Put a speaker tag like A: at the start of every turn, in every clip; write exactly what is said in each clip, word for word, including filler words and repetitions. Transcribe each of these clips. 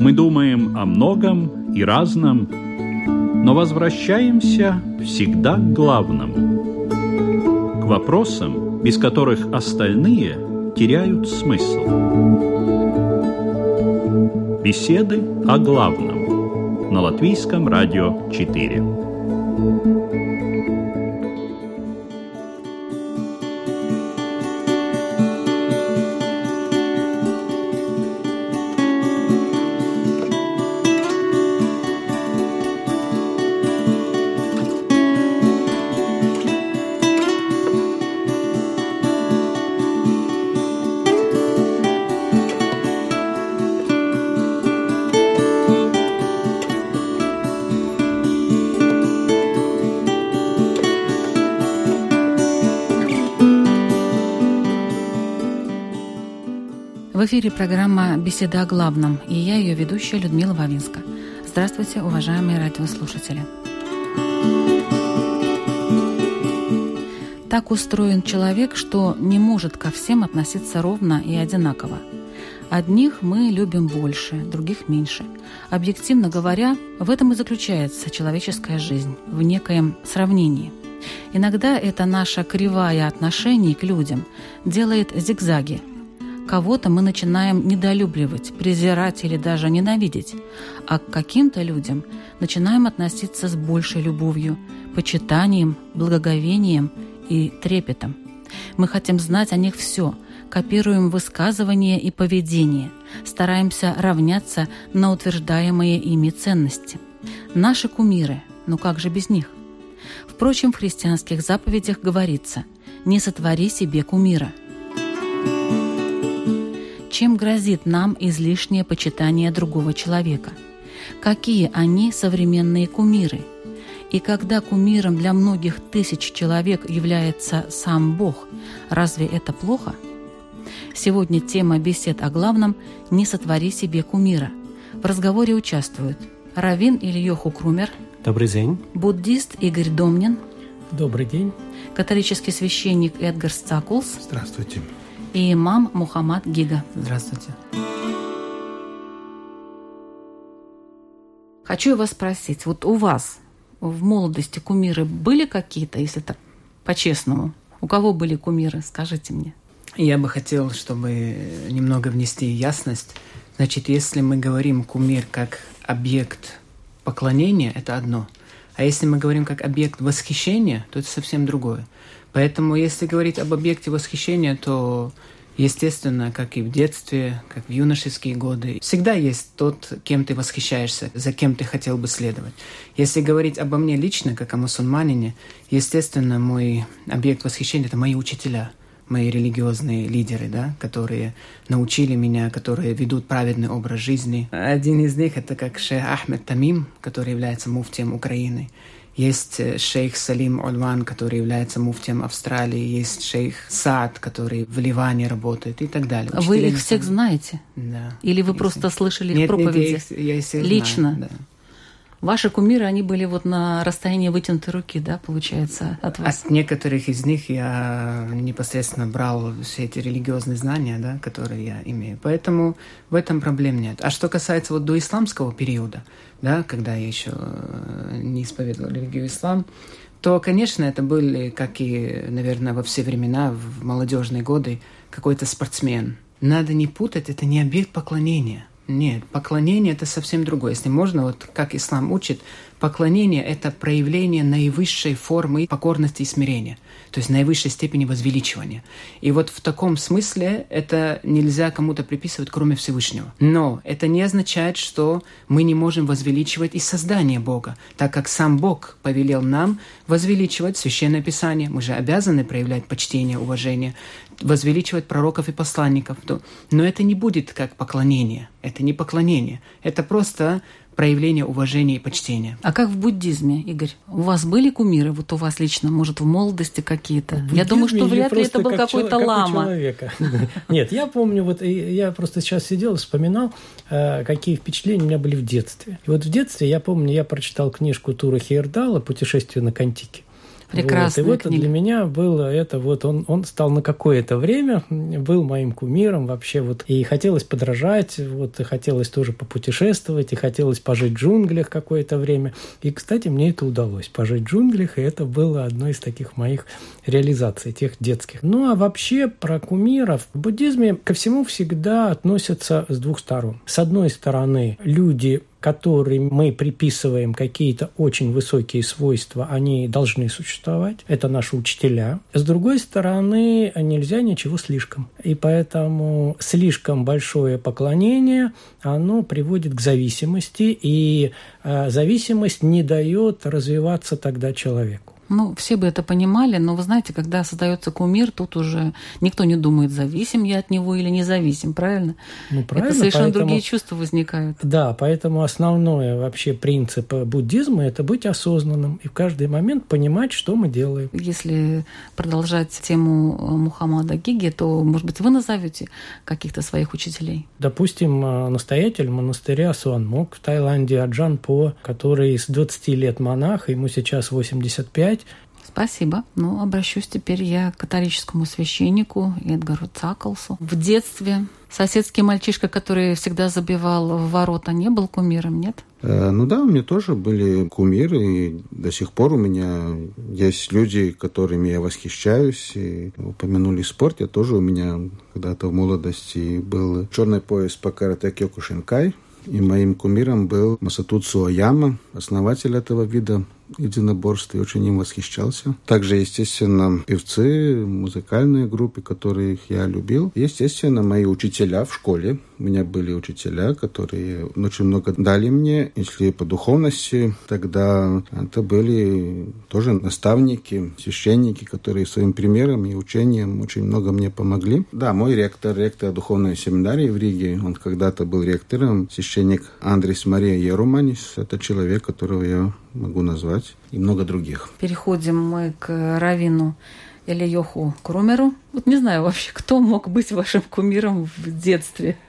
A: Мы думаем о многом и разном, но возвращаемся всегда к главному, к вопросам, без которых остальные теряют смысл. Беседы о главном на Латвийском радио четыре.
B: В эфире программа «Беседа о главном», и я, ее ведущая Людмила Вавинска. Здравствуйте, уважаемые радиослушатели. Так устроен человек, что не может ко всем относиться ровно и одинаково. Одних мы любим больше, других меньше. Объективно говоря, в этом и заключается человеческая жизнь, в некоем сравнении. Иногда это наша кривая отношений к людям делает зигзаги. Кого-то мы начинаем недолюбливать, презирать или даже ненавидеть, а к каким-то людям начинаем относиться с большей любовью, почитанием, благоговением и трепетом. Мы хотим знать о них все, копируем высказывания и поведение, стараемся равняться на утверждаемые ими ценности. Наши кумиры, ну как же без них? Впрочем, в христианских заповедях говорится: «Не сотвори себе кумира». Чем грозит нам излишнее почитание другого человека? Какие они современные кумиры? И когда кумиром для многих тысяч человек является сам Бог, разве это плохо? Сегодня тема бесед о главном «Не сотвори себе кумира». В разговоре участвуют раввин Ильёху Крумер.
C: Добрый день.
B: Буддист Игорь Домнин.
C: Добрый день.
B: Католический священник Эдгар Сцакулс.
D: Здравствуйте.
B: И имам Мухаммад Гига.
C: Здравствуйте.
B: Хочу я вас спросить, вот у вас в молодости кумиры были какие-то, если так по-честному? У кого были кумиры, скажите мне?
C: Я бы хотел, чтобы немного внести ясность. Значит, если мы говорим кумир как объект поклонения, это одно. А если мы говорим как объект восхищения, то это совсем другое. Поэтому, если говорить об объекте восхищения, то, естественно, как и в детстве, как в юношеские годы, всегда есть тот, кем ты восхищаешься, за кем ты хотел бы следовать. Если говорить обо мне лично, как о мусульманине, естественно, мой объект восхищения – это мои учителя, мои религиозные лидеры, да, которые научили меня, которые ведут праведный образ жизни. Один из них – это как шейх Ахмед Тамим, который является муфтием Украины. Есть шейх Салим Ольван, который является муфтием Австралии. Есть шейх Саад, который в Ливане работает и так далее.
B: Вы их всех знаете?
C: Да.
B: Или вы
C: если...
B: просто слышали их
C: нет,
B: проповеди?
C: Нет, я их, я их всех
B: лично?
C: Знаю, да.
B: Ваши кумиры, они были вот на расстоянии вытянутой руки, да, получается, от вас?
C: От некоторых из них я непосредственно брал все эти религиозные знания, да, которые я имею. Поэтому в этом проблем нет. А что касается вот до исламского периода, да, когда я еще не исповедовал религию ислам, то, конечно, это были, как и, наверное, во все времена, в молодежные годы, какой-то спортсмен. Надо не путать, это не объект поклонения. Нет, поклонение – это совсем другое. Если можно, вот как ислам учит, поклонение – это проявление наивысшей формы покорности и смирения, то есть наивысшей степени возвеличивания. И вот в таком смысле это нельзя кому-то приписывать, кроме Всевышнего. Но это не означает, что мы не можем возвеличивать и создание Бога, так как сам Бог повелел нам возвеличивать Священное Писание. Мы же обязаны проявлять почтение, уважение, возвеличивать пророков и посланников. Но это не будет как поклонение. Это не поклонение. Это просто проявление уважения и почтения.
B: А как в буддизме, Игорь? У вас были кумиры? Вот у вас лично, может, в молодости какие-то? Я думаю, что вряд ли это был как какой-то
E: чел-
B: лама.
E: Как у человека. Нет, я помню, вот я просто сейчас сидел и вспоминал, какие впечатления у меня были в детстве. И вот в детстве, я помню, я прочитал книжку Тура Хейердала «Путешествие на Контике».
B: Прекрасно.
E: Вот. И вот для меня было это вот, он, он стал на какое-то время, был моим кумиром вообще, вот, и хотелось подражать, вот, и хотелось тоже попутешествовать, и хотелось пожить в джунглях какое-то время. И, кстати, мне это удалось, пожить в джунглях, и это было одной из таких моих реализаций, тех детских. Ну, а вообще про кумиров в буддизме ко всему всегда относятся с двух сторон. С одной стороны, люди, которым мы приписываем какие-то очень высокие свойства, они должны существовать. Это наши учителя. С другой стороны, нельзя ничего слишком. И поэтому слишком большое поклонение, оно приводит к зависимости, и э, зависимость не дает развиваться тогда человеку.
B: Ну, все бы это понимали, но вы знаете, когда создается кумир, тут уже никто не думает, зависим я от него или независим, правильно?
E: Ну, правильно.
B: Это совершенно
E: поэтому,
B: другие чувства возникают.
E: Да, поэтому основной вообще принцип буддизма – это быть осознанным и в каждый момент понимать, что мы делаем.
B: Если продолжать тему Мухаммада Гиги, то, может быть, вы назовете каких-то своих учителей?
E: Допустим, настоятель монастыря Суанмок в Таиланде Аджан По, который с двадцати лет монах, ему сейчас восемьдесят пять.
B: Спасибо. Ну, обращусь теперь я к католическому священнику Эдгару Цаклсу. В детстве соседский мальчишка, который всегда забивал в ворота, не был кумиром, нет?
D: Э, ну да, у меня тоже были кумиры, и до сих пор у меня есть люди, которыми я восхищаюсь. И упомянули спорт, я тоже у меня когда-то в молодости был черный пояс по карате Кёкушинкай. И моим кумиром был Масатуцу Аяма, основатель этого вида единоборств, и очень им восхищался. Также, естественно, певцы, музыкальные группы, которых я любил. Естественно, мои учителя в школе. У меня были учителя, которые очень много дали мне. Если по духовности, тогда это были тоже наставники, священники, которые своим примером и учением очень много мне помогли. Да, мой ректор, ректор духовной семинарии в Риге, он когда-то был ректором, священник Андрис Мария Еруманис. Это человек, которого я могу назвать, и много других.
B: Переходим мы к раввину Элиоху Крумеру. Вот не знаю вообще, кто мог быть вашим кумиром в детстве,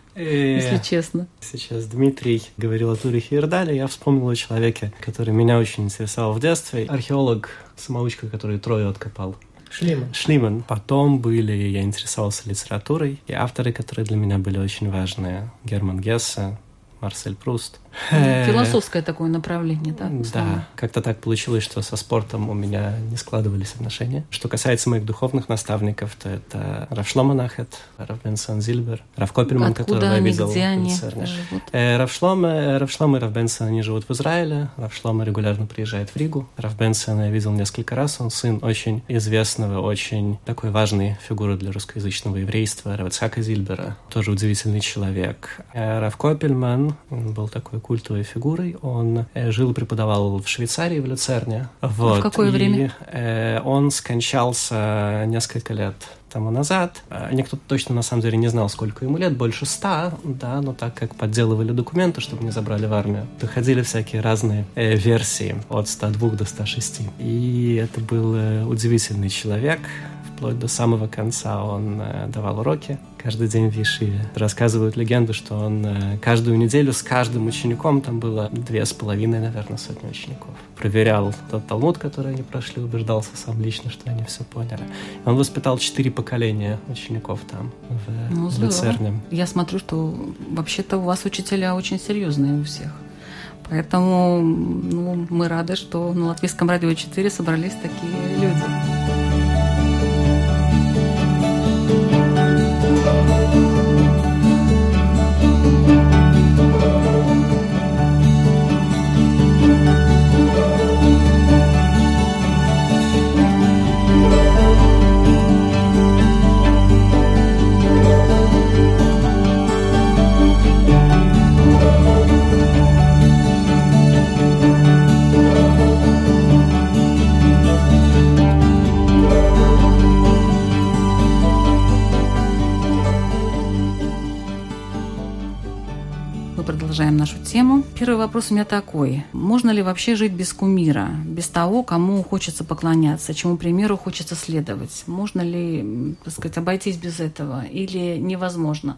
B: если честно.
F: Сейчас Дмитрий говорил о Турихе Ирдале. Я вспомнил о человеке, который меня очень интересовал в детстве. Археолог-самоучка, который Трою откопал.
E: Шлиман.
F: Шлиман. Потом были, я интересовался литературой, и авторы, которые для меня были очень важные. Герман Гессе, Марсель Пруст.
B: Философское такое направление, да?
F: Да, как-то так получилось, что со спортом у меня не складывались отношения. Что касается моих духовных наставников, то это Рав Шломо Нахет, Рав Бенсон Зильбер, Рав Копельман, которого я видел в Люцерне. Рав Шломо, Рав Шломо и Рав Бенсон, они живут в Израиле. Рав Шломо регулярно приезжает в Ригу. Рав Бенсона я видел несколько раз. Он сын очень известного, очень такой важной фигуры для русскоязычного еврейства, Рава Ицхака Зильбера. Тоже удивительный человек. Рав Копельман был такой культовой фигурой. Он э, жил и преподавал в Швейцарии, в Люцерне. Вот.
B: В какое
F: и,
B: время?
F: Э, он скончался несколько лет тому назад. Никто точно, на самом деле, не знал, сколько ему лет, больше ста, да, но так как подделывали документы, чтобы не забрали в армию, доходили всякие разные э, версии от ста двух до ста шести. И это был э, удивительный человек. Вплоть до самого конца он э, давал уроки каждый день в Ешиве. Рассказывают легенду, что он э, каждую неделю с каждым учеником, там было две с половиной, наверное, сотни учеников, проверял тот Талмуд, который они прошли, убеждался сам лично, что они все поняли. Он воспитал четыре поколения учеников там, в,
B: ну,
F: в Люцерне.
B: Я смотрю, что вообще-то у вас учителя очень серьезные у всех. Поэтому ну, мы рады, что на Латвийском радио четыре собрались такие люди. Продолжаем нашу тему. Первый вопрос у меня такой. Можно ли вообще жить без кумира, без того, кому хочется поклоняться, чему примеру хочется следовать? Можно ли, так сказать, обойтись без этого или невозможно?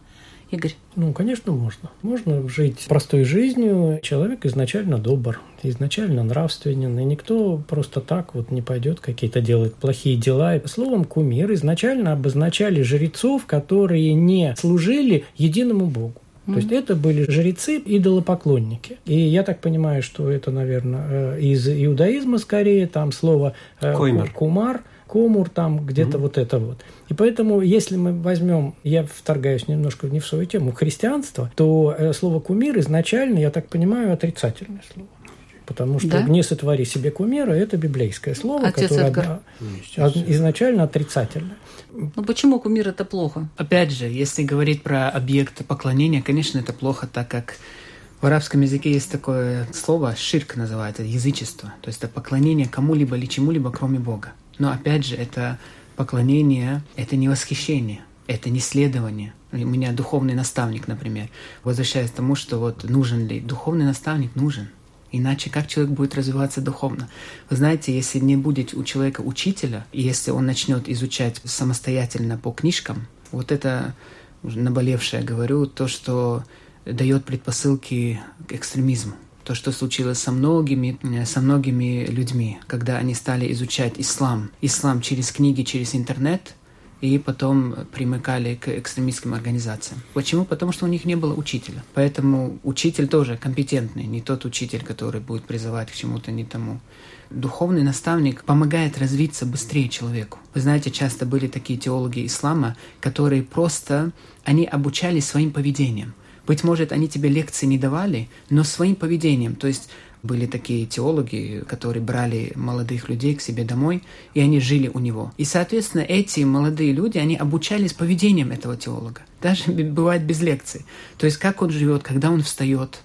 B: Игорь?
E: Ну, конечно, можно. Можно жить простой жизнью. Человек изначально добр, изначально нравственен, и никто просто так вот не пойдет какие-то делать плохие дела. Словом, кумир изначально обозначали жрецов, которые не служили единому Богу. То есть это были жрецы-идолопоклонники. И я так понимаю, что это, наверное, из иудаизма скорее, там слово
F: Коймер.
E: кумар, комур, там где-то mm-hmm. вот это вот. И поэтому, если мы возьмем, я вторгаюсь немножко не в свою тему, христианство, то слово кумир изначально, я так понимаю, отрицательное слово. Потому что
B: да?
E: «не сотвори себе кумира» – это библейское слово,
B: Отец
E: которое
B: Эдгар.
E: изначально отрицательное.
B: Ну почему кумир – это плохо?
C: Опять же, если говорить про объект поклонения, конечно, это плохо, так как в арабском языке есть такое слово «ширк» называется, язычество. То есть это поклонение кому-либо или чему-либо, кроме Бога. Но опять же, это поклонение, это не восхищение, это не следование. У меня духовный наставник, например. Возвращаясь к тому, что вот нужен ли духовный наставник, нужен. Иначе как человек будет развиваться духовно? Вы знаете, если не будет у человека учителя, и если он начнет изучать самостоятельно по книжкам, вот это уже наболевшее, говорю, то, что дает предпосылки к экстремизму. То, что случилось со многими, со многими людьми, когда они стали изучать ислам. Ислам через книги, через интернет, и потом примыкали к экстремистским организациям. Почему? Потому что у них не было учителя. Поэтому учитель тоже компетентный, не тот учитель, который будет призывать к чему-то не тому. Духовный наставник помогает развиться быстрее человеку. Вы знаете, часто были такие теологи ислама, которые просто, они обучались своим поведением. Быть может, они тебе лекции не давали, но своим поведением. То есть были такие теологи, которые брали молодых людей к себе домой, и они жили у него. И, соответственно, эти молодые люди, они обучались поведением этого теолога. Даже бывает без лекций. То есть как он живет, когда он встает,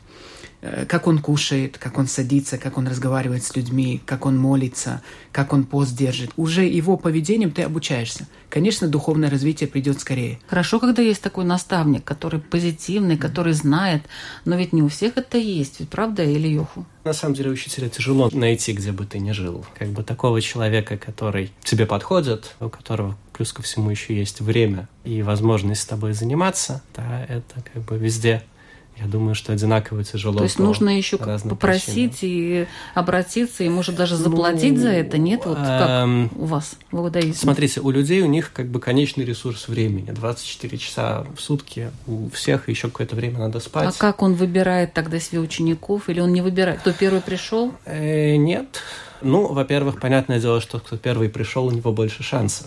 C: как он кушает, как он садится, как он разговаривает с людьми, как он молится, как он пост держит. Уже его поведением ты обучаешься. Конечно, духовное развитие придет скорее.
B: Хорошо, когда есть такой наставник, который позитивный, который знает, но ведь не у всех это есть, ведь правда, Ильёху?
F: На самом деле учителя тяжело найти, где бы ты ни жил. Как бы такого человека, который тебе подходит, у которого плюс ко всему еще есть время и возможность с тобой заниматься, да, это как бы везде. Я думаю, что одинаково тяжело.
B: То есть нужно еще попросить причинам. И обратиться, и, может, даже заплатить ну, за это, нет? Вот
F: эм,
B: как у вас в иудаизме?
F: Смотрите, у людей у них как бы конечный ресурс времени. двадцать четыре часа в сутки. У всех еще какое-то время надо спать.
B: А как он выбирает тогда себе учеников? Или он не выбирает? Кто первый пришел?
F: Э, нет. Ну, во-первых, понятное дело, что кто первый пришел, у него больше шансов.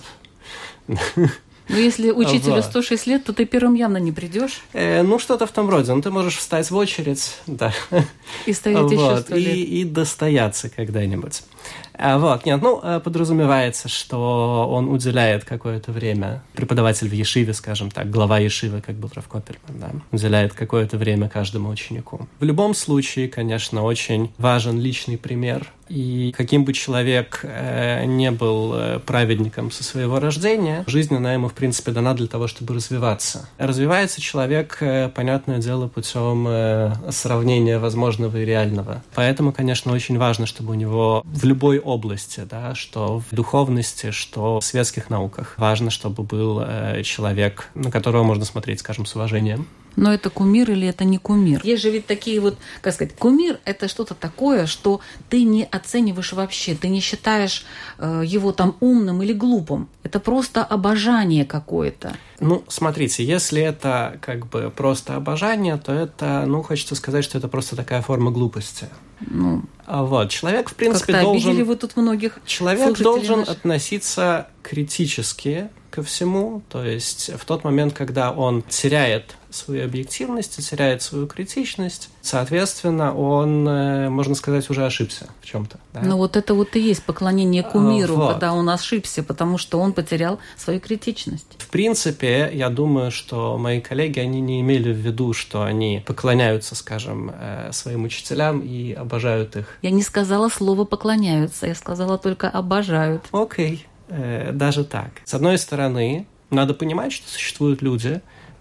B: Ну, если учителю вот. сто шесть лет, то ты первым явно не придешь.
F: Э, ну, что-то в том роде. Ну, ты можешь встать в очередь, да.
B: И стоять вот. еще сто лет.
F: И, и достояться когда-нибудь. А, вот, нет, ну, подразумевается, что он уделяет какое-то время, преподаватель в ешиве, скажем так, глава ешивы, как был Рав Копельман, да, уделяет какое-то время каждому ученику. В любом случае, конечно, очень важен личный пример. И каким бы человек э, не был э, праведником со своего рождения, жизнь, она ему, в принципе, дана для того, чтобы развиваться. Развивается человек, э, понятное дело, путем э, сравнения возможного и реального. Поэтому, конечно, очень важно, чтобы у него в любой области, да, что в духовности, что в светских науках, важно, чтобы был э, человек, на которого можно смотреть, скажем, с уважением.
B: Но это кумир или это не кумир? Есть же ведь такие вот, как сказать, кумир – это что-то такое, что ты не оцениваешь вообще, ты не считаешь э, его там умным или глупым. Это просто обожание какое-то.
F: Ну, смотрите, если это как бы просто обожание, то это, ну, хочется сказать, что это просто такая форма глупости.
B: Ну,
F: вот, человек, в принципе,
B: как-то
F: должен...
B: обидели вы тут многих
F: Человек должен
B: наших.
F: относиться критически ко всему, то есть в тот момент, когда он теряет свою объективность, теряет свою критичность, соответственно, он, можно сказать, уже ошибся в чем-то. Да?
B: Ну вот это вот и есть поклонение кумиру,
F: вот.
B: Когда он ошибся, потому что он потерял свою критичность.
F: В принципе, я думаю, что мои коллеги, они не имели в виду, что они поклоняются, скажем, своим учителям и обожают их.
B: Я не сказала слово «поклоняются», я сказала только «обожают».
F: Окей. Даже так. С одной стороны, надо понимать, что существуют люди,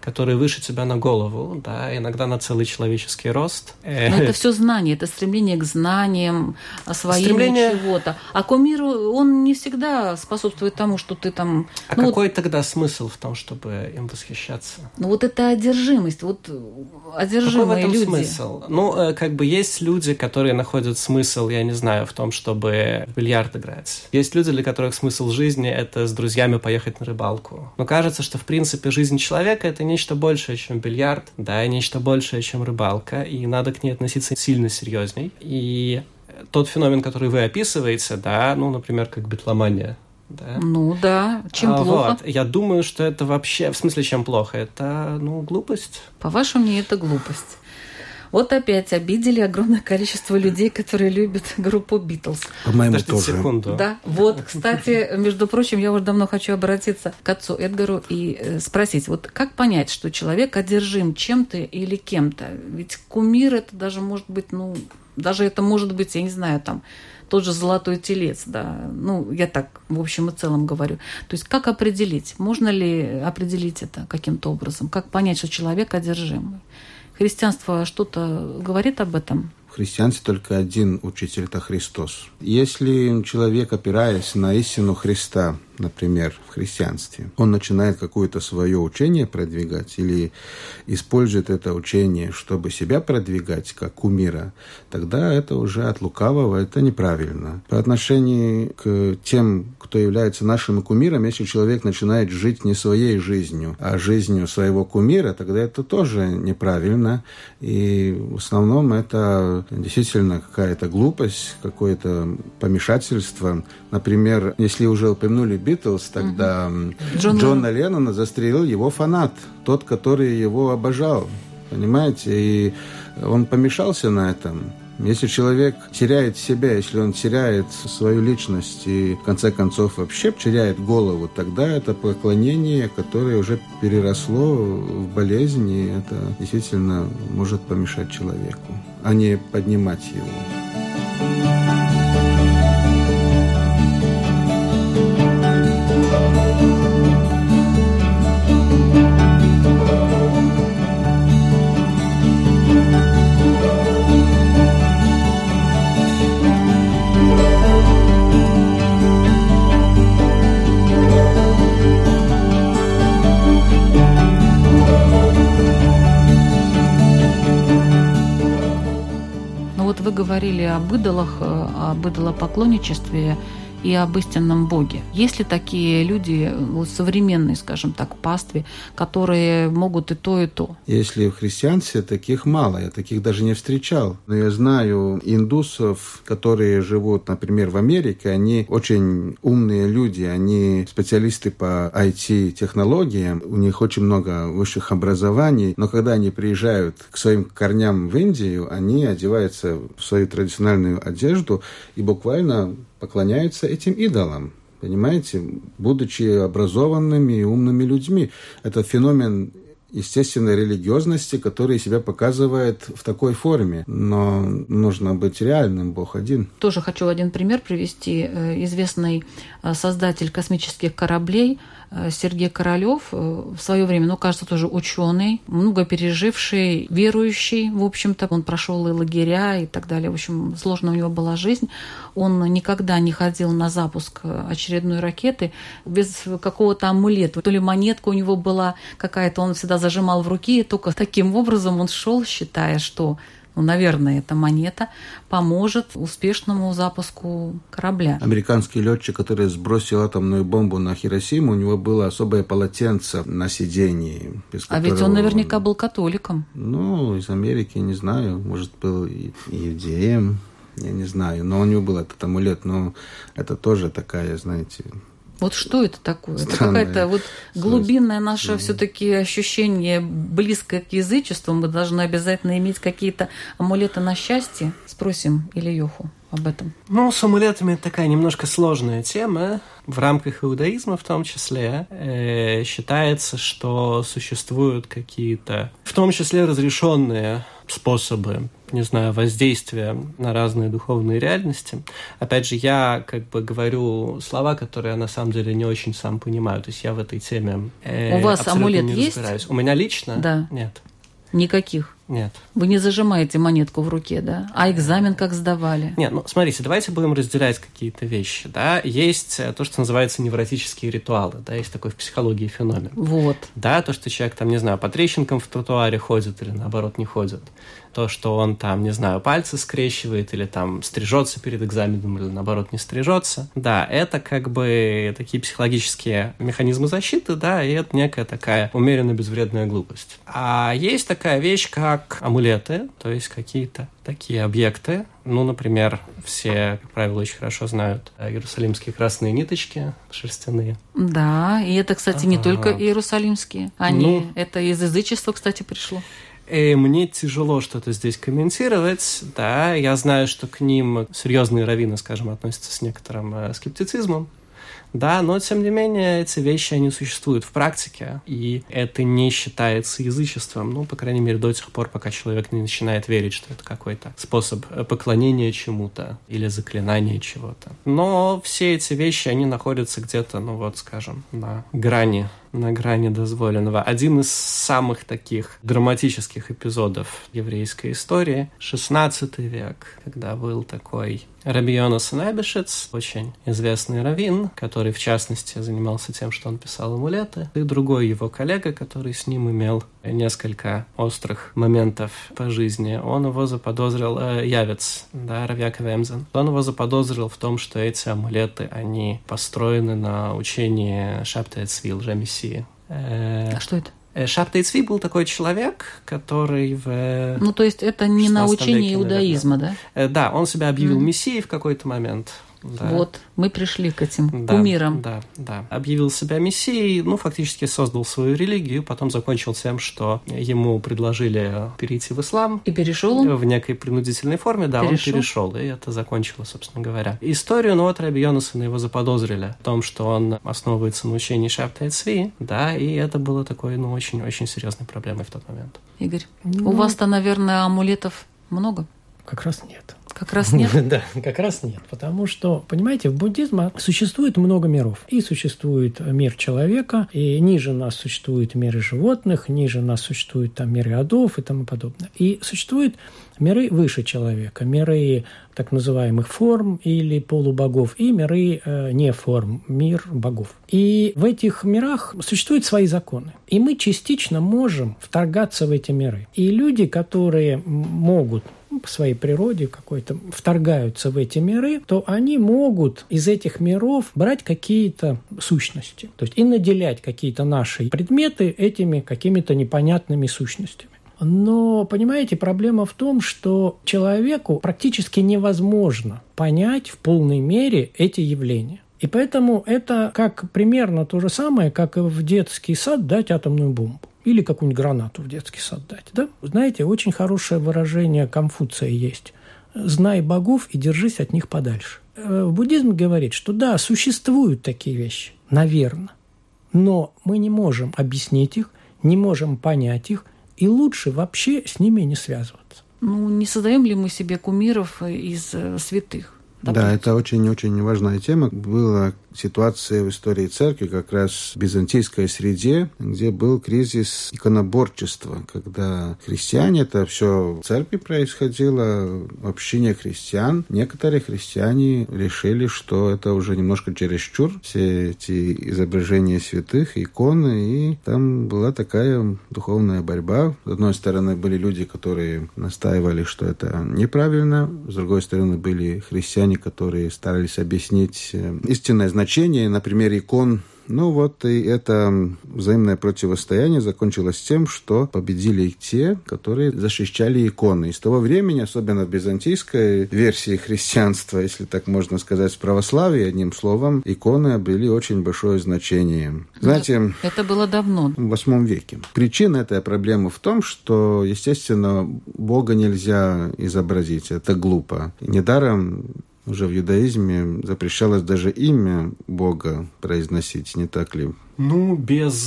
F: который выше тебя на голову, да, иногда на целый человеческий рост.
B: Но это все знание, это стремление к знаниям, освоение
F: стремление...
B: чего-то. А кумир, он не всегда способствует тому, что ты там...
F: А
B: ну,
F: какой
B: вот...
F: тогда смысл в том, чтобы им восхищаться?
B: Ну вот это одержимость, вот одержимые люди.
F: Какой в этом смысл? Ну, как бы есть люди, которые находят смысл, я не знаю, в том, чтобы в бильярд играть. Есть люди, для которых смысл жизни – это с друзьями поехать на рыбалку. Но кажется, что, в принципе, жизнь человека – это нечто большее, чем бильярд, да, и нечто большее, чем рыбалка, и надо к ней относиться сильно серьезней. И тот феномен, который вы описываете, да, ну, например, как битломания, да.
B: Ну да, чем
F: а,
B: плохо?
F: Вот. Я думаю, что это вообще, в смысле, чем плохо, это, ну, глупость.
B: По вашему мнению, это глупость. Вот опять обидели огромное количество людей, которые любят группу Битлз.
D: По-моему,
F: Подождите
D: тоже.
F: секунду.
B: Да, вот, кстати, между прочим, я уже давно хочу обратиться к отцу Эдгару и э, спросить, вот как понять, что человек одержим чем-то или кем-то? Ведь кумир это даже может быть, ну, даже это может быть, я не знаю, там, тот же золотой телец, да, ну, я так в общем и целом говорю. То есть как определить, можно ли определить это каким-то образом, как понять, что человек одержимый? Христианство что-то говорит об этом?
D: В христианстве только один учитель – это Христос. Если человек, опираясь на истину Христа, например, в христианстве, он начинает какое-то свое учение продвигать или использует это учение, чтобы себя продвигать, как кумира, тогда это уже от лукавого, это неправильно. По отношению к тем, кто является нашим кумиром, если человек начинает жить не своей жизнью, а жизнью своего кумира, тогда это тоже неправильно. И в основном это действительно какая-то глупость, какое-то помешательство. Например, если уже упомянули Битлз, тогда mm-hmm. Джон Джона Леннона застрелил его фанат, тот, который его обожал. Понимаете? И он помешался на этом. Если человек теряет себя, если он теряет свою личность и, в конце концов, вообще теряет голову, тогда это поклонение, которое уже переросло в болезнь, и это действительно может помешать человеку, а не поднимать его.
B: Вы говорили об идолах, об идолопоклонничестве и об истинном Боге. Есть ли такие люди, вот, современные, скажем так, в пастве, которые могут и то, и то?
D: Если в христианстве таких мало, я таких даже не встречал. Но я знаю индусов, которые живут, например, в Америке, они очень умные люди, они специалисты по ай ти-технологиям, у них очень много высших образований, но когда они приезжают к своим корням в Индию, они одеваются в свою традиционную одежду и буквально поклоняются этим идолам, понимаете, будучи образованными и умными людьми. Это феномен естественной религиозности, который себя показывает в такой форме. Но нужно быть реальным, Бог один.
B: Тоже хочу один пример привести. Известный создатель космических кораблей Сергей Королёв в свое время, ну, кажется, тоже ученый, много переживший, верующий, в общем-то. Он прошел и лагеря и так далее. В общем, сложная у него была жизнь. Он никогда не ходил на запуск очередной ракеты без какого-то амулета. То ли монетка у него была какая-то, он всегда зажимал в руке, и только таким образом он шел, считая, что, ну, наверное, эта монета поможет успешному запуску корабля.
D: Американский летчик, который сбросил атомную бомбу на Хиросиму, у него было особое полотенце на сиденье.
B: А ведь он наверняка был католиком.
D: Ну, из Америки, не знаю, может, был и иудеем, я не знаю. Но у него был этот амулет, но это тоже такая, знаете...
B: Вот что это такое?
D: Странное.
B: Это какая-то вот глубинное наше все-таки ощущение, близкое к язычеству. Мы должны обязательно иметь какие-то амулеты на счастье. Спросим Ильёху. об этом?
F: Ну, с амулетами это такая немножко сложная тема. В рамках иудаизма в том числе э, считается, что существуют какие-то, в том числе разрешенные способы, не знаю, воздействия на разные духовные реальности. Опять же, я как бы говорю слова, которые я на самом деле не очень сам понимаю. То есть я в этой теме э,
B: У вас амулет
F: не
B: есть?
F: разбираюсь. У меня лично?
B: Да.
F: Нет.
B: Никаких?
F: Нет.
B: Вы не зажимаете монетку в руке, да? А экзамен как сдавали?
F: Нет, ну, смотрите, давайте будем разделять какие-то вещи, да. Есть то, что называется невротические ритуалы, да, есть такой в психологии феномен.
B: Вот.
F: Да, то, что человек, там, не знаю, по трещинкам в тротуаре ходит или, наоборот, не ходит. То, что он там, не знаю, пальцы скрещивает или там стрижется перед экзаменом или, наоборот, не стрижется. Да, это как бы такие психологические механизмы защиты, да, и это некая такая умеренно безвредная глупость. А есть такая вещь, как амулеты, то есть какие-то такие объекты. Ну, например, все, как правило, очень хорошо знают иерусалимские красные ниточки шерстяные.
B: Да, и это, кстати, не
F: А-а-а.
B: только иерусалимские. Они,
F: Ну,
B: это из язычества, кстати, пришло.
F: И мне тяжело что-то здесь комментировать, да, я знаю, что к ним серьезные раввины, скажем, относятся с некоторым э, скептицизмом, да, но, тем не менее, эти вещи, они существуют в практике, и это не считается язычеством, ну, по крайней мере, до тех пор, пока человек не начинает верить, что это какой-то способ поклонения чему-то или заклинания чего-то. Но все эти вещи, они находятся где-то, ну, вот, скажем, на грани на грани дозволенного. Один из самых таких драматических эпизодов еврейской истории — шестнадцатый век, когда был такой Раби Йонасан Эйбешиц, очень известный раввин, который, в частности, занимался тем, что он писал амулеты, и другой его коллега, который с ним имел несколько острых моментов по жизни. Он его заподозрил, э, Явец, да, Рав Яаков Эмзен. Он его заподозрил в том, что эти амулеты, они построены на учении Шабтай Цви, лжемессии.
B: А что это?
F: Шабтай Цви был такой человек, который в...
B: Ну, то есть это не на учение
F: веке,
B: иудаизма,
F: наверное.
B: да?
F: Да, он себя объявил
B: Mm.
F: мессией в какой-то момент. Да.
B: Вот, мы пришли к этим
F: Да,
B: кумирам.
F: Да, да. Объявил себя мессией, ну, фактически создал свою религию, потом закончил тем, что ему предложили перейти в ислам.
B: И перешел он?
F: В некой принудительной форме, да,
B: перешел?
F: он перешел, и это закончилось, собственно говоря. Историю, ну, вот Раби Йонасана его заподозрили в том, что он основывается на учении Шабтай Цви, да, и это было такой, ну, очень-очень серьезной проблемой в тот момент.
B: Игорь,
E: Ну,
B: у вас-то, наверное, амулетов много?
E: Как раз нет.
B: Как раз нет?
E: Да, как раз нет. Потому что, понимаете, в буддизме существует много миров. И существует мир человека, и ниже нас существуют миры животных, ниже нас существуют там миры адов и тому подобное. И существуют миры выше человека, миры так называемых форм или полубогов, и миры э, не форм, мир богов. И в этих мирах существуют свои законы. И мы частично можем вторгаться в эти миры. И люди, которые могут по своей природе какой-то вторгаются в эти миры, то они могут из этих миров брать какие-то сущности, то есть и наделять какие-то наши предметы этими какими-то непонятными сущностями. Но, понимаете, проблема в том, что человеку практически невозможно понять в полной мере эти явления. И поэтому это как примерно то же самое, как в детский сад дать атомную бомбу. Или какую-нибудь гранату в детский сад дать. Да? Знаете, очень хорошее выражение Конфуция есть. «Знай богов и держись от них подальше». Буддизм говорит, что да, существуют такие вещи, наверное, но мы не можем объяснить их, не можем понять их, и лучше вообще с ними не связываться.
B: Ну, не создаем ли мы себе кумиров из э, святых?
D: Допустим. Да, это очень-очень важная тема. Была ситуация в истории церкви как раз в византийской среде, где был кризис иконоборчества, когда христиане, это все в церкви происходило, общение христиан. Некоторые христиане решили, что это уже немножко чересчур, все эти изображения святых, иконы, и там была такая духовная борьба. С одной стороны, были люди, которые настаивали, что это неправильно, с другой стороны, были христиане, которые старались объяснить истинное значение значение, например, икон. Ну вот и это взаимное противостояние закончилось тем, что победили те, которые защищали иконы. И с того времени, особенно в византийской версии христианства, если так можно сказать, в православии, одним словом, иконы обрели очень большое значение. Знаете,
B: это было давно.
D: В восьмом веке. Причина этой проблемы в том, что, естественно, Бога нельзя изобразить. Это глупо. Недаром уже в иудаизме запрещалось даже имя Бога произносить, не так ли?
F: Ну, без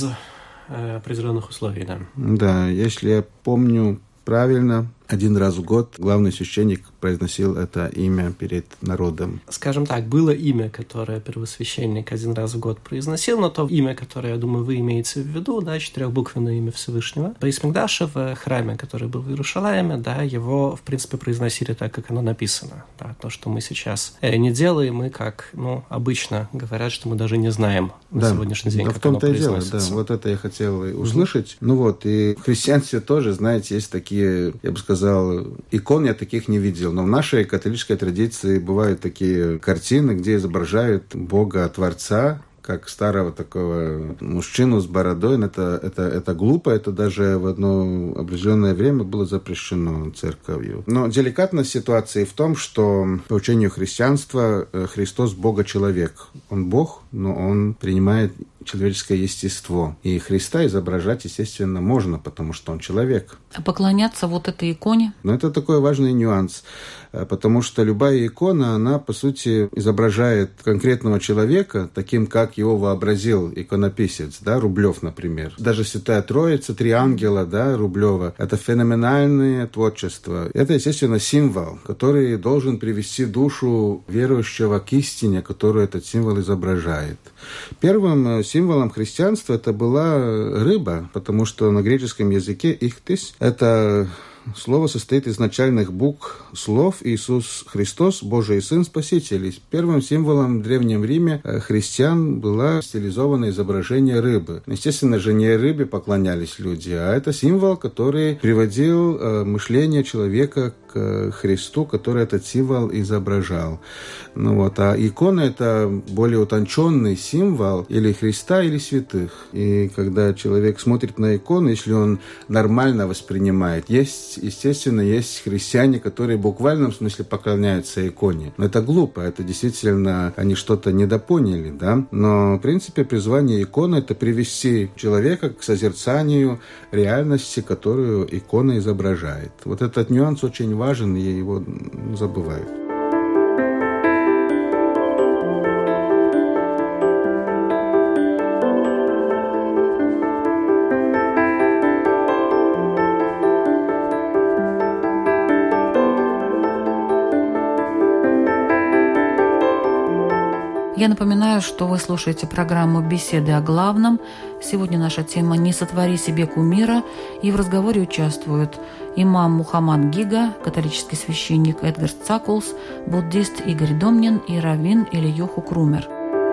F: э, определенных условий, да.
D: Да, если я помню правильно, один раз в год главный священник произносил это имя перед народом.
F: Скажем так, было имя, которое первосвященник один раз в год произносил, но то имя, которое, я думаю, вы имеете в виду, да, четырехбуквенное имя Всевышнего. Бейс Микдаша в храме, который был в Иерусалиме, да, его, в принципе, произносили так, как оно написано. Да, то, что мы сейчас не делаем, мы, как, ну, обычно говорят, что мы даже не знаем на
D: да,
F: сегодняшний день,
D: да,
F: как
D: в том-то
F: оно
D: и дело,
F: произносится.
D: да, вот это я хотел услышать. Mm-hmm. Ну вот, и в христианстве тоже, знаете, есть такие, я бы сказал, икон я таких не видел, но в нашей католической традиции бывают такие картины, где изображают Бога Творца, как старого такого мужчину с бородой. Это, это, это глупо, это даже в одно определенное время было запрещено церковью. Но деликатность ситуации в том, что по учению христианства Христос Бога-человек. Он Бог, но Он принимает человеческое естество. И Христа изображать, естественно, можно, потому что Он человек.
B: А поклоняться вот этой иконе?
D: Но это такой важный нюанс, потому что любая икона, она, по сути, изображает конкретного человека, таким, как его вообразил иконописец, да, Рублев, например. Даже Святая Троица, три ангела, да, Рублева, это феноменальное творчество. Это, естественно, символ, который должен привести душу верующего к истине, которую этот символ изображает. Первым символом христианства это была рыба, потому что на греческом языке ихтис – это слово состоит из начальных букв слов «Иисус Христос, Божий Сын, Спаситель». Первым символом в Древнем Риме христиан было стилизованное изображение рыбы. Естественно же, не рыбе поклонялись люди, а это символ, который приводил мышление человека к Христу, который этот символ изображал. Ну вот, а икона – это более утонченный символ или Христа, или святых. И когда человек смотрит на икону, если он нормально воспринимает, есть, естественно, есть христиане, которые в буквальном смысле поклоняются иконе. Но это глупо, это действительно они что-то недопоняли, да? Но, в принципе, призвание иконы – это привести человека к созерцанию реальности, которую икона изображает. Вот этот нюанс очень важен, и его забывают.
B: Я напоминаю, что вы слушаете программу «Беседы о главном». Сегодня наша тема «Не сотвори себе кумира», и в разговоре участвуют имам Мухаммад Гига, католический священник Эдгар Цакулс, буддист Игорь Домнин и раввин Ильюху Крумер.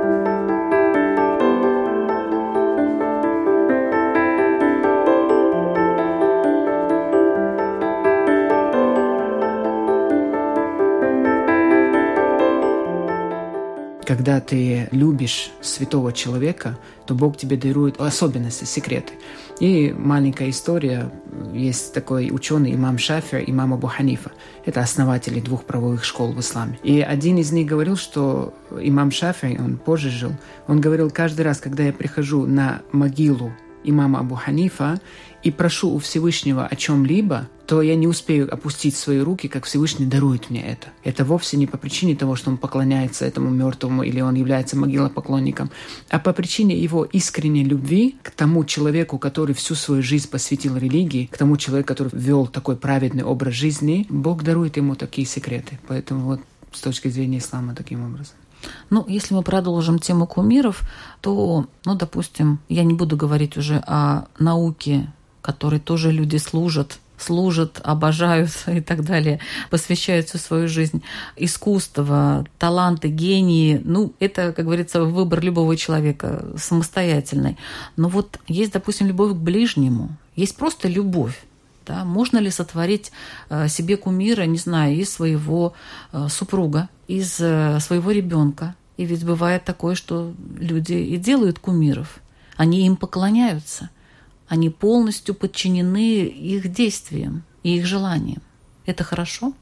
C: Когда ты любишь святого человека, то Бог тебе дарует особенности, секреты. И маленькая история. Есть такой ученый имам Шафи, имам Абу Ханифа. Это основатели двух правовых школ в исламе. И один из них говорил, что имам Шафи, он позже жил, он говорил, каждый раз, когда я прихожу на могилу имама Абу Ханифа и прошу у Всевышнего о чем-либо, то я не успею опустить свои руки, как Всевышний дарует мне это. Это вовсе не по причине того, что он поклоняется этому мертвому или он является могилопоклонником, а по причине его искренней любви к тому человеку, который всю свою жизнь посвятил религии, к тому человеку, который вел такой праведный образ жизни. Бог дарует ему такие секреты. Поэтому вот с точки зрения ислама таким образом.
B: Ну, если мы продолжим тему кумиров, то, ну, допустим, я не буду говорить уже о науке, которой тоже люди служат, служат, обожают и так далее, посвящают всю свою жизнь. Искусство, таланты, гении, ну, это, как говорится, выбор любого человека самостоятельный. Но вот есть, допустим, любовь к ближнему, есть просто любовь. Да? Можно ли сотворить себе кумира, не знаю, из своего супруга, из своего ребенка, И ведь бывает такое, что люди и делают кумиров. Они им поклоняются. Они полностью подчинены их действиям и их желаниям. Это хорошо?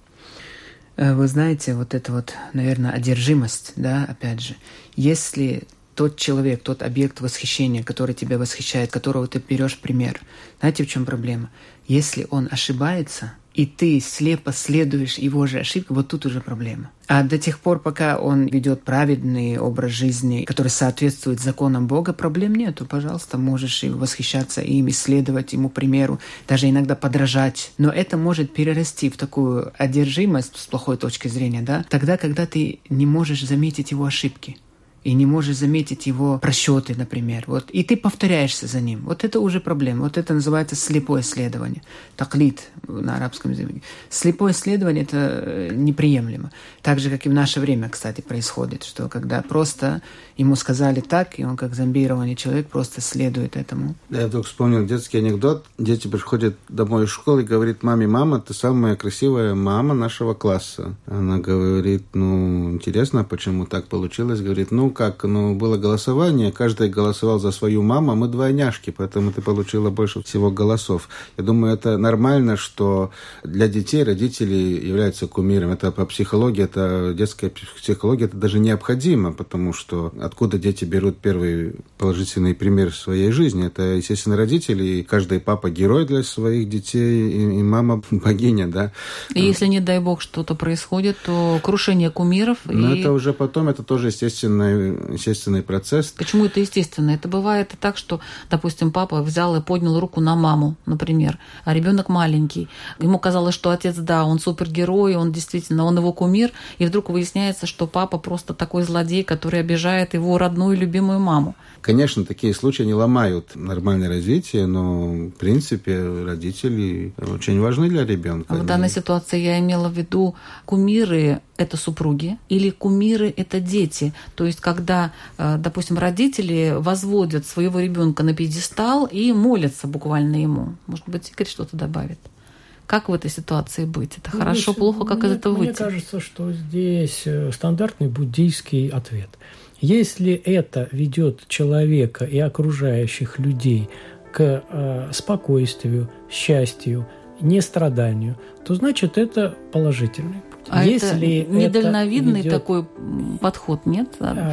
C: Вы знаете, вот это вот, наверное, одержимость, да, опять же. Если тот человек, тот объект восхищения, который тебя восхищает, которого ты берешь пример, знаете, в чем проблема? Если он ошибается, и ты слепо следуешь его же ошибке, вот тут уже проблема. А до тех пор, пока он ведет праведный образ жизни, который соответствует законам Бога, проблем нету. Пожалуйста, можешь и восхищаться им, исследовать ему примеру, даже иногда подражать. Но это может перерасти в такую одержимость с плохой точки зрения, да, тогда, когда ты не можешь заметить его ошибки. И не можешь заметить его просчеты, например. Вот. И ты повторяешься за ним. Вот это уже проблема. Вот это называется слепое следование. Таклид на арабском языке. Слепое следование – это неприемлемо. Так же, как и в наше время, кстати, происходит, что когда просто ему сказали так, и он как зомбированный человек просто следует этому.
D: Я вдруг вспомнил детский анекдот. Дети приходят домой из школы и говорят: маме, мама, ты самая красивая мама нашего класса. Она говорит: ну, интересно, почему так получилось? Говорит: ну, как, ну, было голосование, каждый голосовал за свою маму, а мы двойняшки, поэтому ты получила больше всего голосов. Я думаю, это нормально, что для детей родители являются кумиром. Это по психологии, это детская психология, это даже необходимо, потому что откуда дети берут первый положительный пример в своей жизни? Это, естественно, родители, и каждый папа герой для своих детей, и, и мама богиня, да.
B: И если, не дай бог, что-то происходит, то крушение кумиров.
D: Но
B: и...
D: это уже потом, это тоже естественное естественный процесс.
B: Почему это естественно? Это бывает и так, что, допустим, папа взял и поднял руку на маму, например, а ребенок маленький. Ему казалось, что отец, да, он супергерой, он действительно, он его кумир, и вдруг выясняется, что папа просто такой злодей, который обижает его родную любимую маму.
D: Конечно, такие случаи не ломают нормальное развитие, но, в принципе, родители очень важны для ребенка.
B: В данной ситуации я имела в виду, кумиры – это супруги или кумиры – это дети. То есть, когда, допустим, родители возводят своего ребенка на пьедестал и молятся буквально ему. Может быть, Игорь что-то добавит? Как в этой ситуации быть? Это ну, хорошо, плохо, как
E: мне,
B: из этого выйти?
E: Мне кажется, что здесь стандартный буддийский ответ. Если это ведет человека и окружающих людей к э, спокойствию, счастью, нестраданию, то значит это положительный путь.
B: А
E: если
B: это недальновидный
E: это ведет,
B: такой подход, нет?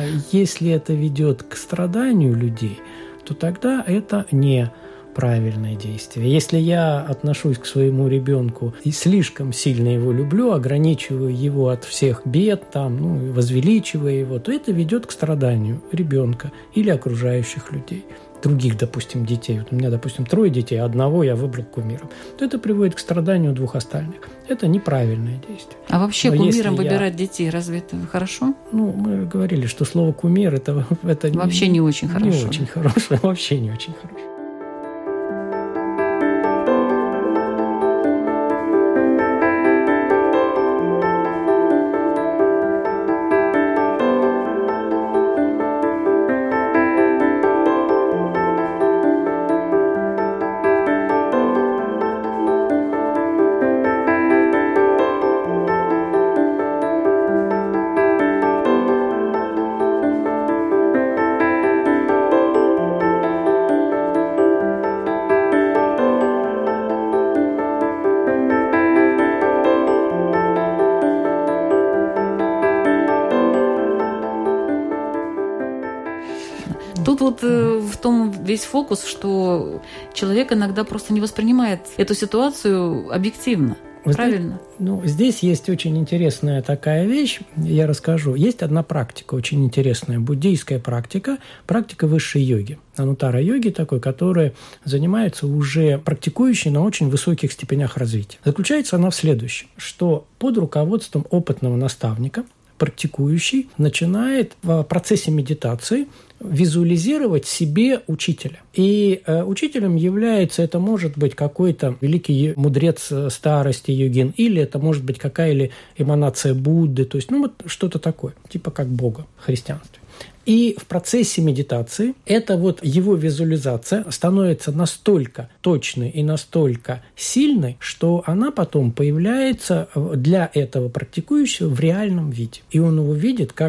E: Если это ведет к страданию людей, то тогда это не правильное действие. Если я отношусь к своему ребенку и слишком сильно его люблю, ограничиваю его от всех бед, там, ну, возвеличивая его, то это ведет к страданию ребенка или окружающих людей. Других, допустим, детей. Вот у меня, допустим, трое детей, а одного я выбрал кумиром. То это приводит к страданию двух остальных. Это неправильное действие.
B: А вообще
E: Но
B: кумиром
E: я...
B: выбирать детей, разве это хорошо?
E: Ну, мы говорили, что слово кумир это, это
B: вообще не, не очень хорошо.
E: Не очень хорошо, вообще не очень хорошо.
B: Тут вот в том весь фокус, что человек иногда просто не воспринимает эту ситуацию объективно.
E: Вы
B: Правильно?
E: Знаете, ну, здесь есть очень интересная такая вещь, я расскажу. Есть одна практика, очень интересная, буддийская практика, практика высшей йоги. Анутара-йоги такой, которая занимается уже практикующей на очень высоких степенях развития. Заключается она в следующем, что под руководством опытного наставника практикующий начинает в процессе медитации визуализировать себе учителя. И э, учителем является, это может быть какой-то великий мудрец старости йогин, или это может быть какая-либо эманация Будды, то есть ну, вот что-то такое, типа как Бога в христианстве. И в процессе медитации эта вот его визуализация становится настолько точной и настолько сильной, что она потом появляется для этого практикующего в реальном виде. И он его видит как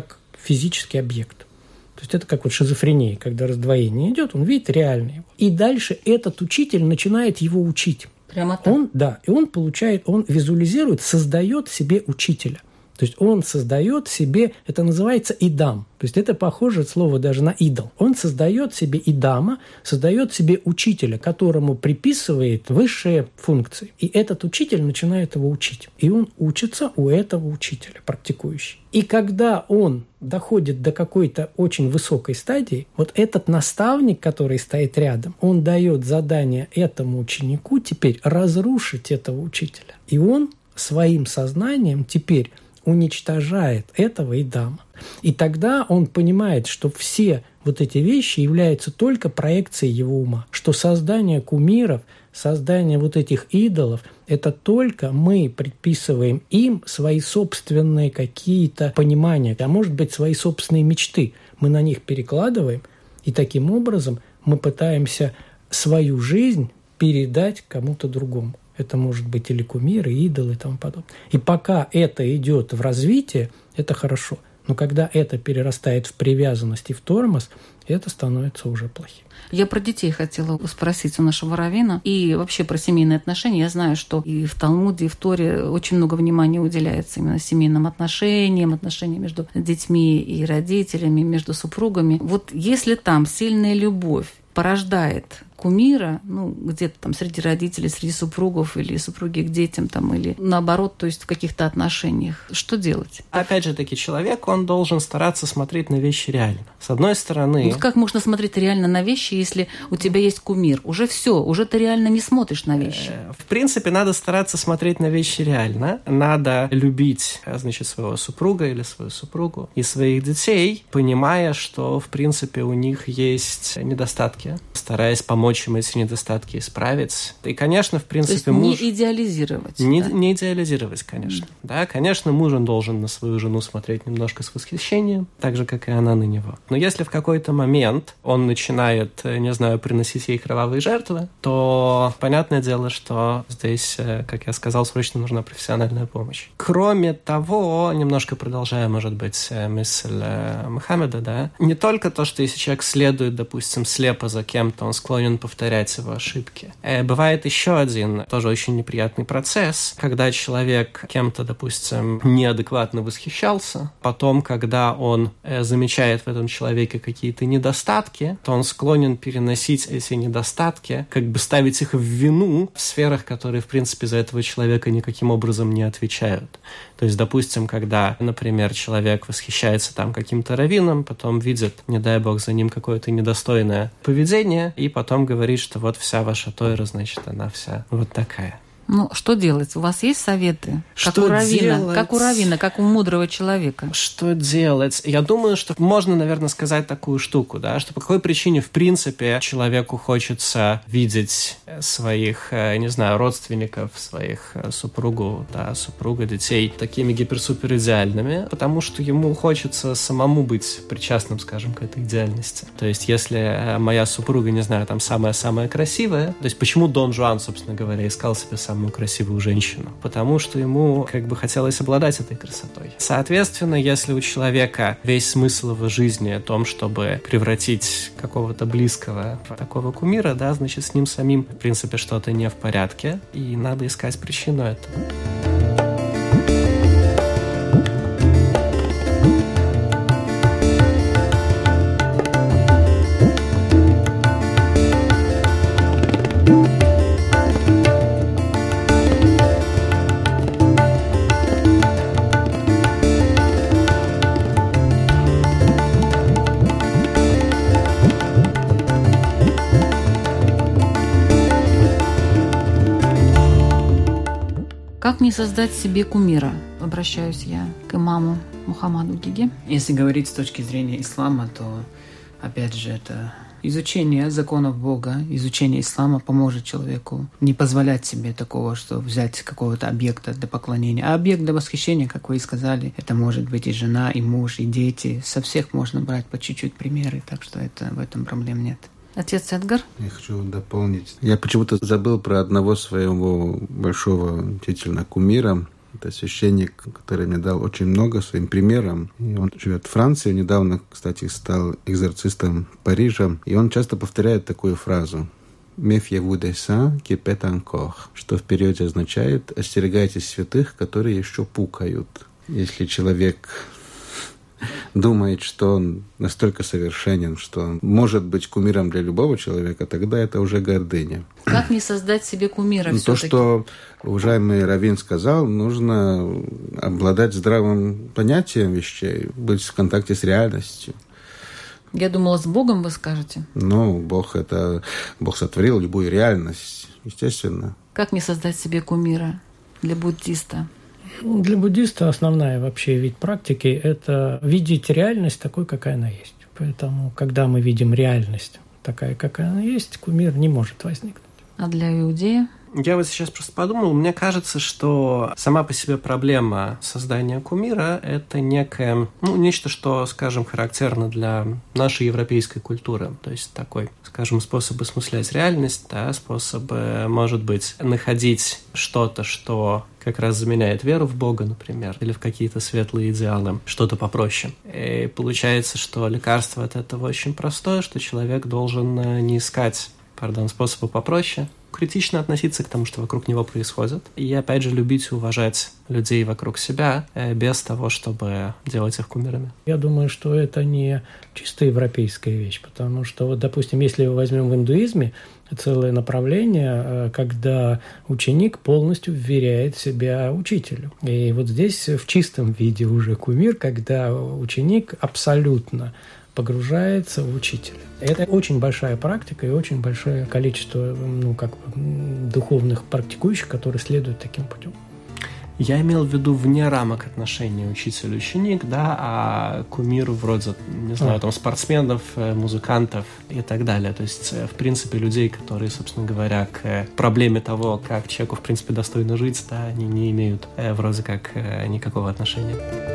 E: физический объект. То есть это как вот шизофрения, когда раздвоение идет, он видит реальный его. И дальше этот учитель начинает его учить.
B: Прямо так?
E: Он, да, и он получает, он визуализирует, создает себе учителя. То есть он создает себе, это называется идам. То есть это похоже от слова даже на идол. Он создает себе идама, создает себе учителя, которому приписывает высшие функции. И этот учитель начинает его учить. И он учится у этого учителя, практикующий. И когда он доходит до какой-то очень высокой стадии, вот этот наставник, который стоит рядом, он дает задание этому ученику теперь разрушить этого учителя. И он своим сознанием теперь уничтожает этого идама. И тогда он понимает, что все вот эти вещи являются только проекцией его ума, что создание кумиров, создание вот этих идолов – это только мы предписываем им свои собственные какие-то понимания, а может быть, свои собственные мечты. Мы на них перекладываем, и таким образом мы пытаемся свою жизнь передать кому-то другому. Это может быть или кумиры, идолы и тому подобное. И пока это идет в развитие, это хорошо. Но когда это перерастает в привязанность и в тормоз, это становится уже плохим.
B: Я про детей хотела спросить у нашего раввина. И вообще про семейные отношения. Я знаю, что и в Талмуде, и в Торе очень много внимания уделяется именно семейным отношениям, отношениям между детьми и родителями, между супругами. Вот если там сильная любовь порождает кумира, ну, где-то там среди родителей, среди супругов или супруги к детям, там, или наоборот, то есть в каких-то отношениях. Что делать?
F: Опять же таки, человек, он должен стараться смотреть на вещи реально. С одной стороны...
B: Вот как можно смотреть реально на вещи, если у тебя есть кумир? Уже все, уже ты реально не смотришь на вещи.
F: В принципе, надо стараться смотреть на вещи реально. Надо любить, значит, своего супруга или свою супругу и своих детей, понимая, что, в принципе, у них есть недостатки, стараясь помочь им эти недостатки исправить. И, конечно, в принципе,
B: То есть
F: муж...
B: не идеализировать.
F: Не,
B: да?
F: не идеализировать, конечно. Mm. Да, конечно, муж он должен на свою жену смотреть немножко с восхищением, так же, как и она на него. Но если в какой-то момент он начинает, не знаю, приносить ей кровавые жертвы, то понятное дело, что здесь, как я сказал, срочно нужна профессиональная помощь. Кроме того, немножко продолжая, может быть, мысль Мухаммеда, да, не только то, что если человек следует, допустим, слепо за кем-то, он склонен повторять его ошибки. Бывает еще один тоже очень неприятный процесс, когда человек кем-то, допустим, неадекватно восхищался, потом, когда он замечает в этом человеке какие-то недостатки, то он склонен переносить эти недостатки, как бы ставить их в вину в сферах, которые, в принципе, за этого человека никаким образом не отвечают. То есть, допустим, когда, например, человек восхищается там каким-то раввином, потом видит, не дай бог, за ним какое-то недостойное поведение, и потом говорит, что вот вся ваша Тора, значит, она вся вот такая.
B: Ну, что делать? У вас есть советы? Как
F: Что
B: у раввина,
F: делать?
B: как у раввина, как у мудрого человека.
F: Что делать? Я думаю, что можно, наверное, сказать такую штуку, да, что по какой причине, в принципе, человеку хочется видеть своих, не знаю, родственников, своих супругу, да, супруга, детей такими гипер-супер идеальными, потому что ему хочется самому быть причастным, скажем, к этой идеальности. То есть, если моя супруга, не знаю, там самая-самая красивая, то есть, почему Дон Жуан, собственно говоря, искал себе самую красивую женщину? Потому что ему как бы хотелось обладать этой красотой. Соответственно, если у человека весь смысл его жизни о том, чтобы превратить какого-то близкого в такого кумира, да, значит, с ним самим, в принципе, что-то не в порядке, и надо искать причину этого.
B: Как мне создать себе кумира? Обращаюсь я к имаму Мухаммаду Гиге.
C: Если говорить с точки зрения ислама, то, опять же, это изучение законов Бога, изучение ислама поможет человеку не позволять себе такого, что взять какого-то объекта для поклонения. А объект для восхищения, как вы и сказали, это может быть и жена, и муж, и дети. Со всех можно брать по чуть-чуть примеры, так что это, в этом проблем нет.
B: Отец Эдгар?
D: Я хочу дополнить. Я почему-то забыл про одного своего большого действительно кумира. Это священник, который мне дал очень много своим примером. И он живет в Франции. Недавно, кстати, стал экзорцистом Парижа. И он часто повторяет такую фразу «Méfiez-vous des saints qui pètent encore», что в переводе означает «остерегайтесь святых, которые еще пукают». Если человек думает, что он настолько совершенен, что он может быть кумиром для любого человека, тогда это уже гордыня.
B: Как не создать себе кумира
D: То,
B: все-таки?
D: что уважаемый раввин сказал, нужно обладать здравым понятием вещей, быть в контакте с реальностью.
B: Я думала, с Богом вы скажете.
D: Ну, Бог это... Бог сотворил любую реальность, естественно.
B: Как не создать себе кумира для буддиста?
E: Для буддиста основная вообще вид практики – это видеть реальность такой, какая она есть. Поэтому, когда мы видим реальность такая, какая она есть, кумир не может возникнуть.
B: А для иудея?
F: Я вот сейчас просто подумал, мне кажется, что сама по себе проблема создания кумира – это некое, ну, нечто, что, скажем, характерно для нашей европейской культуры. То есть такой, скажем, способ осмыслять реальность, да, способ, может быть, находить что-то, что как раз заменяет веру в Бога, например, или в какие-то светлые идеалы, что-то попроще. И получается, что лекарство от этого очень простое, что человек должен не искать, пардон, способа попроще, критично относиться к тому, что вокруг него происходит. И, опять же, любить и уважать людей вокруг себя, без того, чтобы делать их кумирами.
E: Я думаю, что это не чисто европейская вещь, потому что, вот, допустим, если мы возьмем в индуизме целое направление, когда ученик полностью вверяет себя учителю. И вот здесь в чистом виде уже кумир, когда ученик абсолютно погружается в учителя. Это очень большая практика и очень большое количество, ну, как бы, духовных практикующих, которые следуют таким путем.
F: Я имел в виду вне рамок отношений учитель-ученик, да, а кумиру вроде, не знаю, а. там спортсменов, музыкантов и так далее. То есть, в принципе, людей, которые, собственно говоря, к проблеме того, как человеку, в принципе, достойно жить, да, они не имеют вроде как никакого отношения.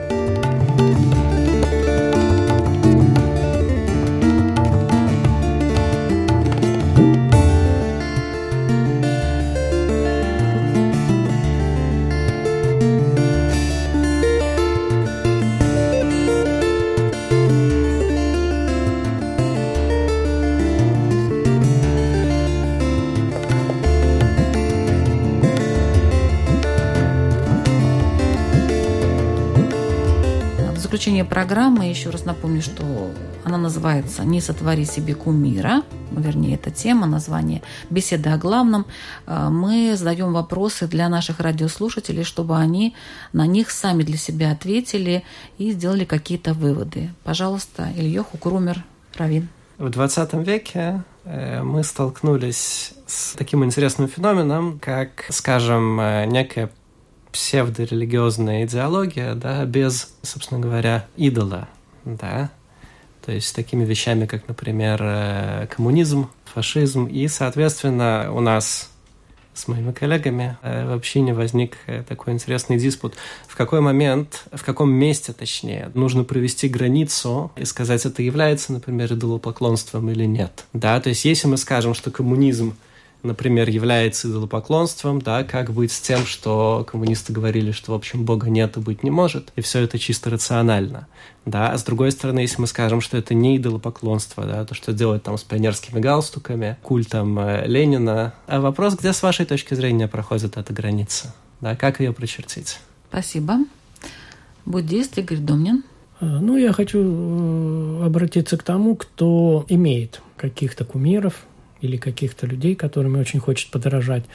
B: В заключение программы еще раз напомню, что она называется «Не сотвори себе кумира», вернее, эта тема, название «Беседа о главном». Мы задаем вопросы для наших радиослушателей, чтобы они на них сами для себя ответили и сделали какие-то выводы. Пожалуйста, Ильёху Крумер, раввин.
F: В двадцатом веке мы столкнулись с таким интересным феноменом, как, скажем, некая псевдорелигиозная идеология, да, без, собственно говоря, идола, да, то есть с такими вещами, как, например, коммунизм, фашизм, и, соответственно, у нас с моими коллегами в общине возник такой интересный диспут, в какой момент, в каком месте, точнее, нужно провести границу и сказать, это является, например, идолопоклонством или нет, да, то есть если мы скажем, что коммунизм, например, является идолопоклонством, да, как быть с тем, что коммунисты говорили, что, в общем, Бога нет и быть не может, и все это чисто рационально, да, а с другой стороны, если мы скажем, что это не идолопоклонство, да, то что делать там с пионерскими галстуками, культом э, Ленина, а вопрос, где с вашей точки зрения проходит эта граница, да, как ее прочертить?
B: Спасибо. Буддист Игорь Домнин.
E: Ну, я хочу обратиться к тому, кто имеет каких-то кумиров, или каких-то людей, которыми очень хочет подражать.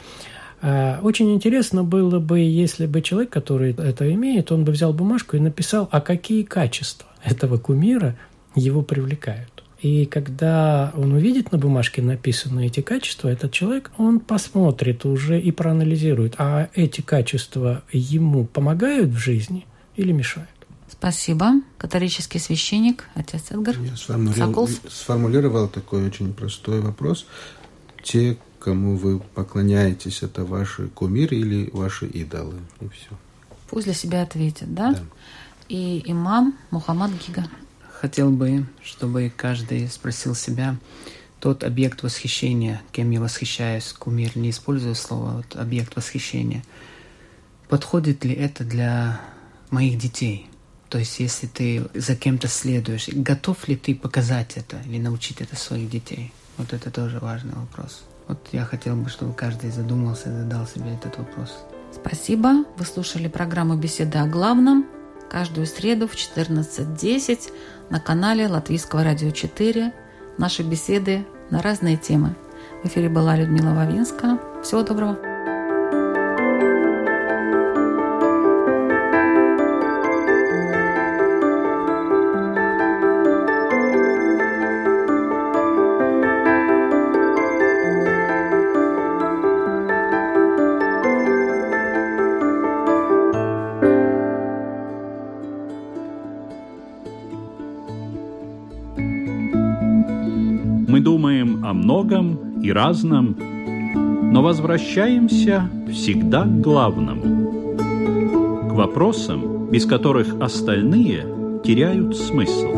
E: Очень интересно было бы, если бы человек, который это имеет, он бы взял бумажку и написал, а какие качества этого кумира его привлекают. И когда он увидит на бумажке написаны эти качества, этот человек, он посмотрит уже и проанализирует, а эти качества ему помогают в жизни или мешают.
B: Спасибо. Католический священник, отец Эдгар.
D: Я сформулировал, сформулировал такой очень простой вопрос. Те, кому вы поклоняетесь, это ваши кумиры или ваши идолы? И все.
B: Пусть для себя ответит, да?
D: Да.
B: И имам Мухаммад Гига.
C: Хотел бы, чтобы каждый спросил себя тот объект восхищения, кем я восхищаюсь, кумир, не используя слово вот, объект восхищения. подходит ли это для моих детей? То есть, если ты за кем-то следуешь, готов ли ты показать это или научить это своих детей? Вот это тоже важный вопрос. Вот я хотел бы, чтобы каждый задумался и задал себе этот вопрос.
B: Спасибо. Вы слушали программу «Беседа о главном» каждую среду в четырнадцать десять на канале Латвийского радио четыре. Наши беседы на разные темы. В эфире была Людмила Вавинска. Всего доброго.
A: Мы думаем о многом и разном, но возвращаемся всегда к главному, к вопросам, без которых остальные теряют смысл.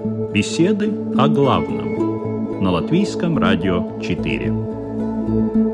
A: Беседы о главном на Латвийском радио четыре.